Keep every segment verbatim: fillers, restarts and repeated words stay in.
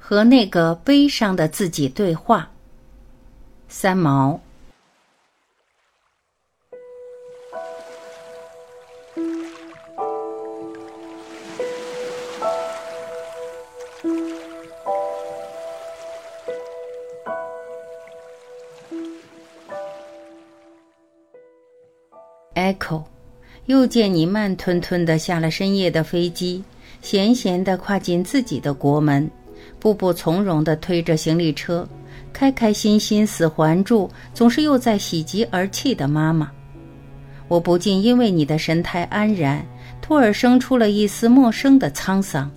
和那个悲伤的自己对话。三毛。Echo， 又见你慢吞吞地下了深夜的飞机，闲闲地跨进自己的国门，步步从容地推着行李车，开开心心死环住总是又在喜极而泣的妈妈。我不禁因为你的神态安然，突而生出了一丝陌生的沧桑。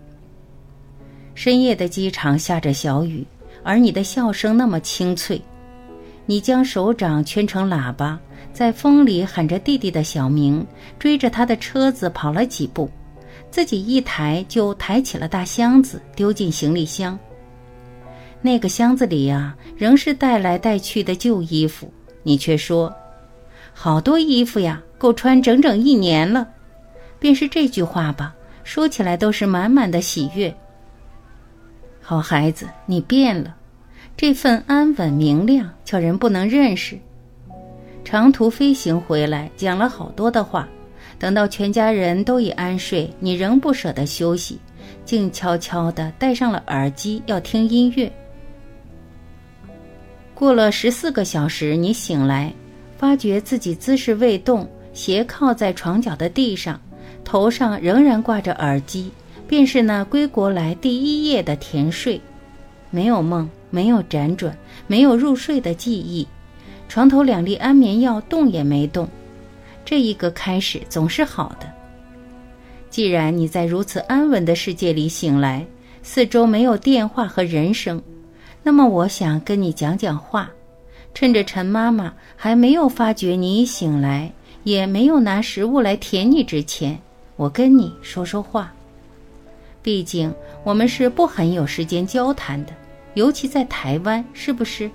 深夜的机场下着小雨，而你的笑声那么清脆。你将手掌圈成喇叭，在风里喊着弟弟的小名，追着他的车子跑了几步，自己一抬就抬起了大箱子，丢进行李箱。那个箱子里啊，仍是带来带去的旧衣服，你却说，好多衣服呀，够穿整整一年了。便是这句话吧，说起来都是满满的喜悦。好孩子，你变了，这份安稳明亮叫人不能认识。长途飞行回来，讲了好多的话，等到全家人都已安睡，你仍不舍得休息，静悄悄地戴上了耳机，要听音乐。过了十四个小时，你醒来，发觉自己姿势未动，斜靠在床角的地上，头上仍然挂着耳机，便是那归国来第一夜的甜睡。没有梦，没有辗转，没有入睡的记忆，床头两粒安眠药动也没动。这一个开始总是好的。既然你在如此安稳的世界里醒来，四周没有电话和人声，那么我想跟你讲讲话。趁着陈妈妈还没有发觉你已醒来，也没有拿食物来填你之前，我跟你说说话。毕竟我们是不很有时间交谈的，尤其在台湾，是不是？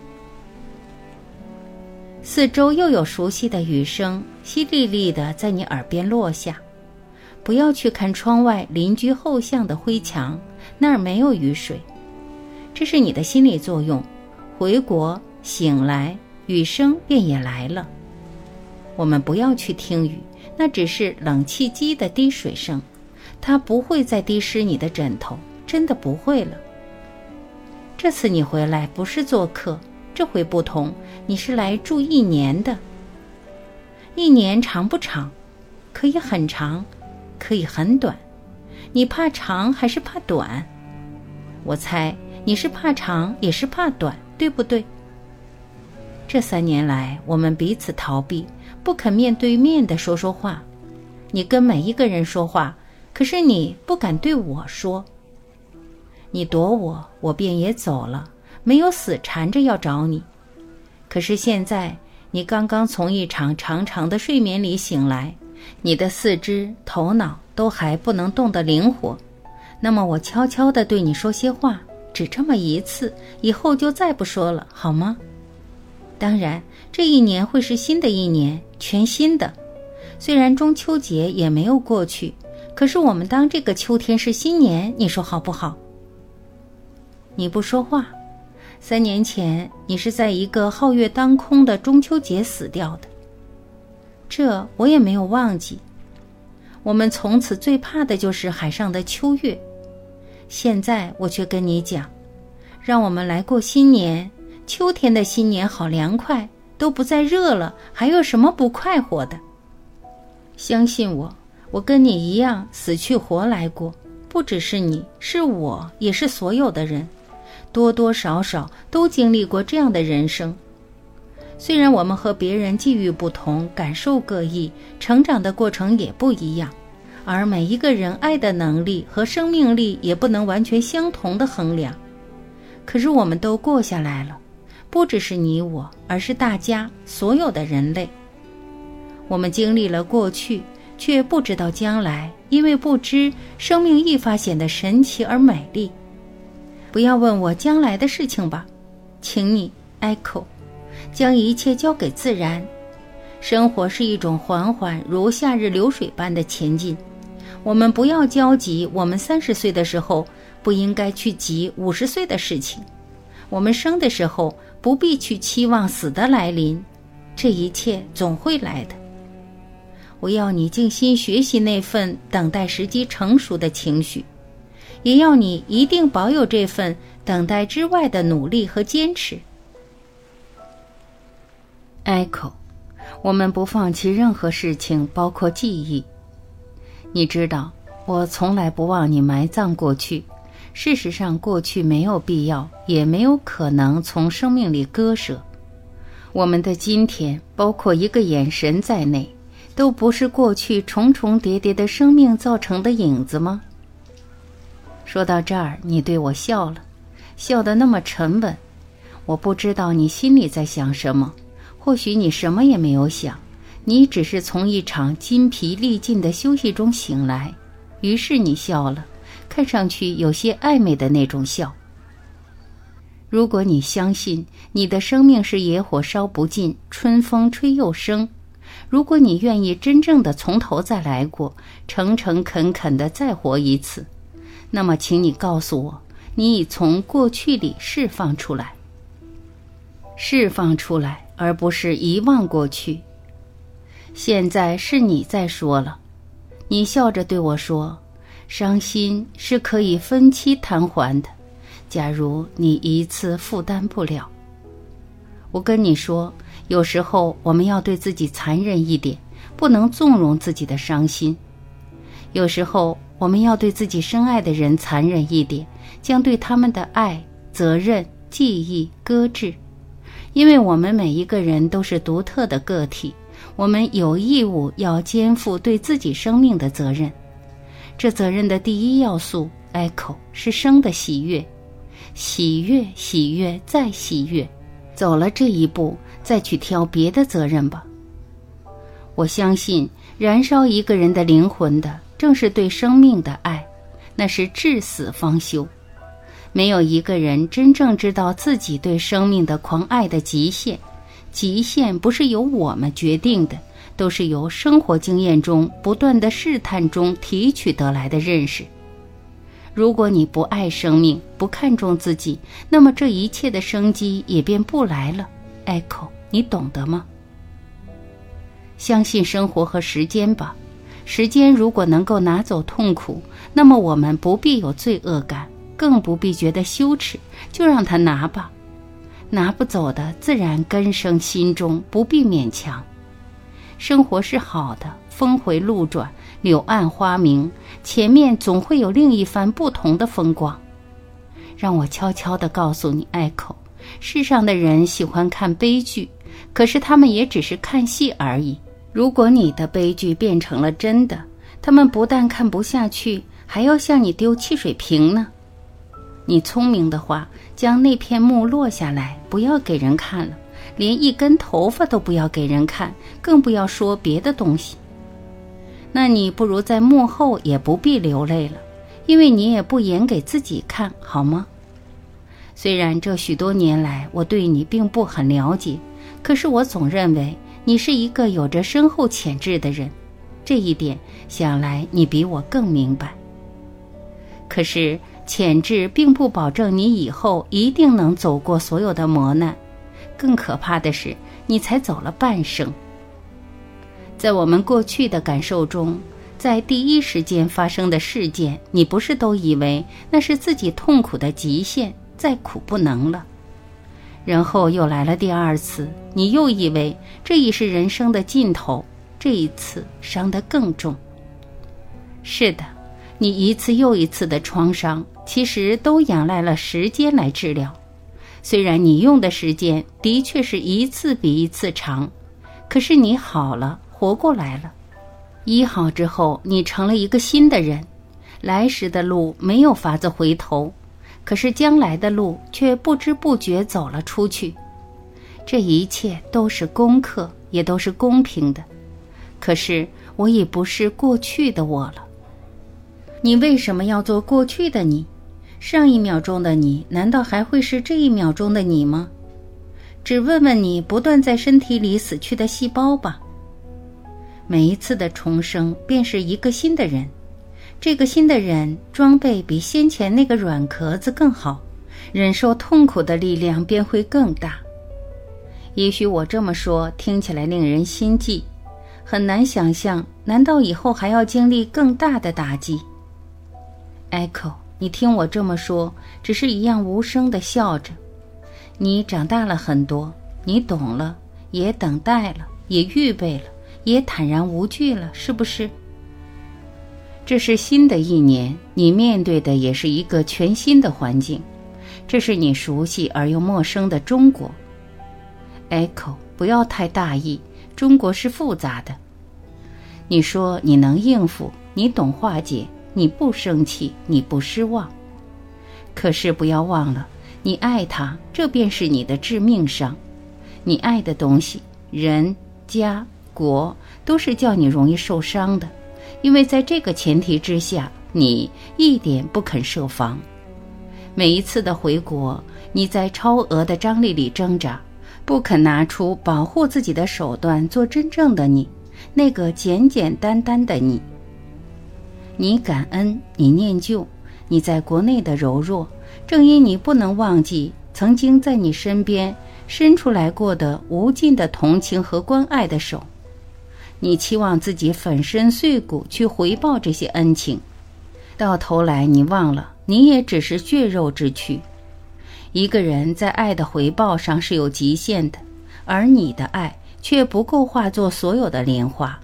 四周又有熟悉的雨声，淅沥沥地在你耳边落下。不要去看窗外邻居后巷的灰墙，那儿没有雨水。这是你的心理作用，回国醒来，雨声便也来了。我们不要去听雨，那只是冷气机的滴水声，它不会再滴湿你的枕头，真的不会了。这次你回来不是做客，这回不同，你是来住一年的。一年长不长？可以很长，可以很短。你怕长还是怕短？我猜你是怕长也是怕短，对不对？这三年来，我们彼此逃避，不肯面对面地说说话。你跟每一个人说话，可是你不敢对我说。你躲我，我便也走了，没有死缠着要找你。可是现在，你刚刚从一场长长的睡眠里醒来，你的四肢、头脑都还不能动得灵活。那么我悄悄地对你说些话，只这么一次，以后就再不说了，好吗？当然，这一年会是新的一年，全新的。虽然中秋节也没有过去，可是我们当这个秋天是新年，你说好不好？你不说话。三年前，你是在一个皓月当空的中秋节死掉的。这我也没有忘记。我们从此最怕的就是海上的秋月。现在我却跟你讲，让我们来过新年。秋天的新年好凉快，都不再热了，还有什么不快活的？相信我，我跟你一样死去活来过，不只是你，是我，也是所有的人，多多少少都经历过这样的人生。虽然我们和别人际遇不同，感受各异，成长的过程也不一样，而每一个人爱的能力和生命力也不能完全相同的衡量。可是我们都过下来了，不只是你我，而是大家，所有的人类。我们经历了过去，却不知道将来，因为不知，生命愈发显得神奇而美丽。不要问我将来的事情吧，请你 Echo， 将一切交给自然。生活是一种缓缓如夏日流水般的前进。我们不要焦急，我们三十岁的时候不应该去急五十岁的事情。我们生的时候不必去期望死的来临，这一切总会来的。我要你静心学习那份等待时机成熟的情绪，也要你一定保有这份等待之外的努力和坚持。Echo， 我们不放弃任何事情，包括记忆。你知道，我从来不忘你埋葬过去。事实上，过去没有必要，也没有可能从生命里割舍。我们的今天，包括一个眼神在内，都不是过去重重叠叠的生命造成的影子吗？说到这儿，你对我笑了，笑得那么沉稳。我不知道你心里在想什么，或许你什么也没有想，你只是从一场筋疲力尽的休息中醒来，于是你笑了，看上去有些暧昧的那种笑。如果你相信你的生命是野火烧不尽，春风吹又生，如果你愿意真正的从头再来过，诚诚恳恳的再活一次，那么请你告诉我，你已从过去里释放出来。释放出来，而不是遗忘过去。现在是你在说了，你笑着对我说，伤心是可以分期摊还的，假如你一次负担不了。我跟你说，有时候我们要对自己残忍一点，不能纵容自己的伤心。有时候我们要对自己深爱的人残忍一点，将对他们的爱、责任、记忆搁置。因为我们每一个人都是独特的个体，我们有义务要肩负对自己生命的责任。这责任的第一要素 Echo 是生的喜悦，喜悦喜悦再喜悦，走了这一步再去挑别的责任吧。我相信燃烧一个人的灵魂的正是对生命的爱，那是至死方休。没有一个人真正知道自己对生命的狂爱的极限，极限不是由我们决定的，都是由生活经验中不断的试探中提取得来的认识。如果你不爱生命，不看重自己，那么这一切的生机也便不来了。 Echo， 你懂得吗？相信生活和时间吧，时间如果能够拿走痛苦，那么我们不必有罪恶感，更不必觉得羞耻，就让它拿吧。拿不走的自然根生心中，不必勉强。生活是好的，峰回路转，柳暗花明，前面总会有另一番不同的风光。让我悄悄地告诉你 Echo， 世上的人喜欢看悲剧，可是他们也只是看戏而已。如果你的悲剧变成了真的，他们不但看不下去，还要向你丢汽水瓶呢。你聪明的话，将那片幕落下来，不要给人看了，连一根头发都不要给人看，更不要说别的东西。那你不如在幕后也不必流泪了，因为你也不演给自己看，好吗？虽然这许多年来我对你并不很了解，可是我总认为你是一个有着深厚潜质的人，这一点想来你比我更明白。可是潜质并不保证你以后一定能走过所有的磨难，更可怕的是，你才走了半生。在我们过去的感受中，在第一时间发生的事件，你不是都以为那是自己痛苦的极限，再苦不能了。然后又来了第二次，你又以为这已是人生的尽头，这一次伤得更重。是的，你一次又一次的创伤，其实都仰赖了时间来治疗。虽然你用的时间的确是一次比一次长，可是你好了，活过来了。医好之后，你成了一个新的人，来时的路没有法子回头，可是将来的路却不知不觉走了出去。这一切都是功课，也都是公平的。可是我已不是过去的我了。你为什么要做过去的你？上一秒钟的你，难道还会是这一秒钟的你吗？只问问你不断在身体里死去的细胞吧。每一次的重生便是一个新的人， 这个新的人装备比先前那个软壳子更好，忍受痛苦的力量便会更大。也许我这么说听起来令人心悸，很难想象，难道以后还要经历更大的打击？ Echo， 你听我这么说，只是一样无声地笑着。你长大了很多，你懂了，也等待了，也预备了，也坦然无惧了，是不是？这是新的一年，你面对的也是一个全新的环境，这是你熟悉而又陌生的中国。Echo， 不要太大意，中国是复杂的。你说你能应付，你懂化解，你不生气，你不失望。可是不要忘了，你爱他，这便是你的致命伤。你爱的东西，人、家、国，都是叫你容易受伤的，因为在这个前提之下，你一点不肯设防。每一次的回国，你在超额的张力里挣扎，不肯拿出保护自己的手段做真正的你，那个简简单单的你。你感恩，你念旧，你在国内的柔弱，正因你不能忘记曾经在你身边伸出来过的无尽的同情和关爱的手。你期望自己粉身碎骨去回报这些恩情，到头来你忘了，你也只是血肉之躯。一个人在爱的回报上是有极限的，而你的爱却不够化作所有的莲花。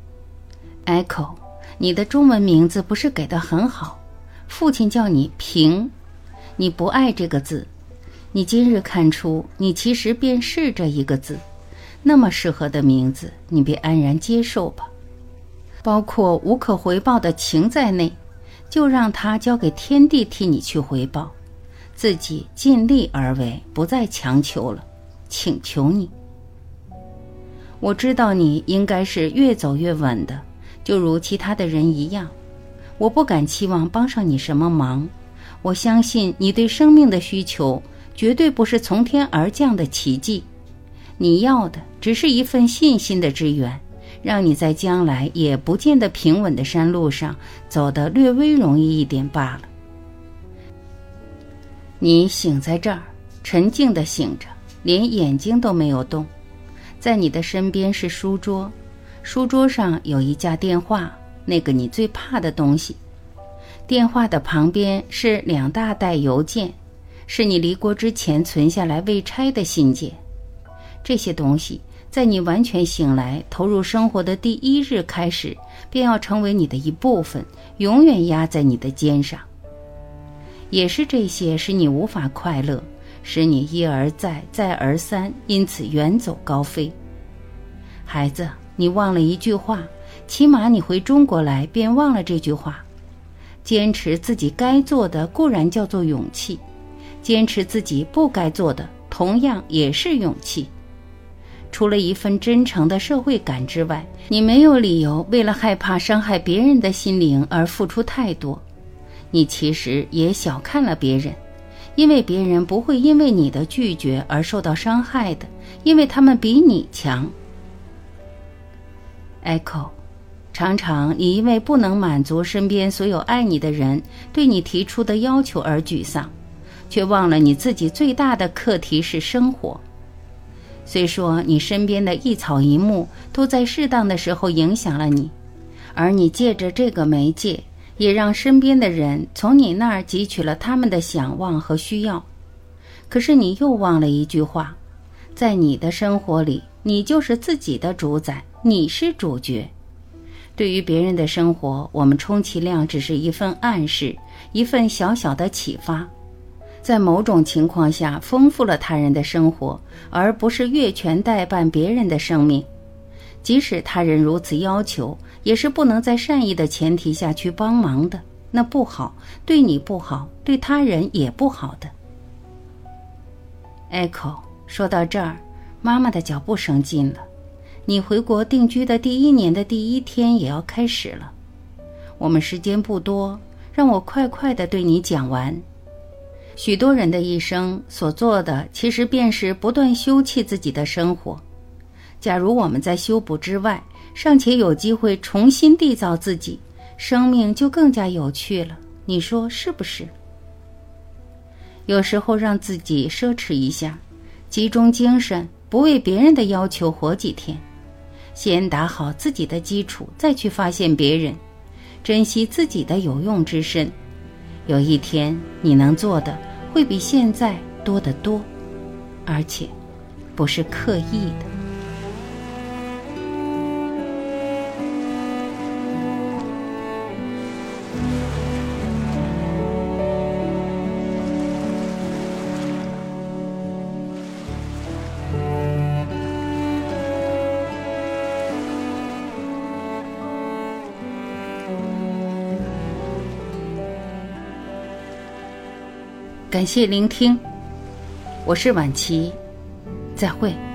Echo， 你的中文名字不是给得很好，父亲叫你平，你不爱这个字，你今日看出你其实便是这一个字，那么适合的名字，你别安然接受吧。包括无可回报的情在内，就让它交给天地替你去回报，自己尽力而为，不再强求了，请求你。我知道你应该是越走越稳的，就如其他的人一样，我不敢期望帮上你什么忙。我相信你对生命的需求绝对不是从天而降的奇迹，你要的只是一份信心的支援，让你在将来也不见得平稳的山路上走得略微容易一点罢了。你醒在这儿，沉静地醒着，连眼睛都没有动。在你的身边是书桌，书桌上有一架电话，那个你最怕的东西。电话的旁边是两大袋邮件，是你离国之前存下来未拆的信件。这些东西在你完全醒来投入生活的第一日开始，便要成为你的一部分，永远压在你的肩上。也是这些使你无法快乐，使你一而再再而三，因此远走高飞。孩子，你忘了一句话，起码你回中国来便忘了这句话。坚持自己该做的固然叫做勇气，坚持自己不该做的同样也是勇气。除了一份真诚的社会感之外，你没有理由为了害怕伤害别人的心灵而付出太多。你其实也小看了别人，因为别人不会因为你的拒绝而受到伤害的，因为他们比你强。 Echo， 常常你因为不能满足身边所有爱你的人对你提出的要求而沮丧，却忘了你自己最大的课题是生活。虽说你身边的一草一木都在适当的时候影响了你，而你借着这个媒介也让身边的人从你那儿汲取了他们的想望和需要。可是你又忘了一句话，在你的生活里，你就是自己的主宰，你是主角。对于别人的生活，我们充其量只是一份暗示，一份小小的启发，在某种情况下丰富了他人的生活，而不是越权代办别人的生命。即使他人如此要求，也是不能在善意的前提下去帮忙的，那不好，对你不好，对他人也不好的。 Echo， 说到这儿，妈妈的脚步声近了，你回国定居的第一年的第一天也要开始了。我们时间不多，让我快快地对你讲完。许多人的一生所做的，其实便是不断修葺自己的生活。假如我们在修补之外，尚且有机会重新缔造自己， 生命就更加有趣了，你说是不是？有时候让自己奢侈一下，集中精神，不为别人的要求活几天，先打好自己的基础，再去发现别人，珍惜自己的有用之身。有一天你能做的会比现在多得多，而且不是刻意的。感谢聆听，我是婉琪，再会。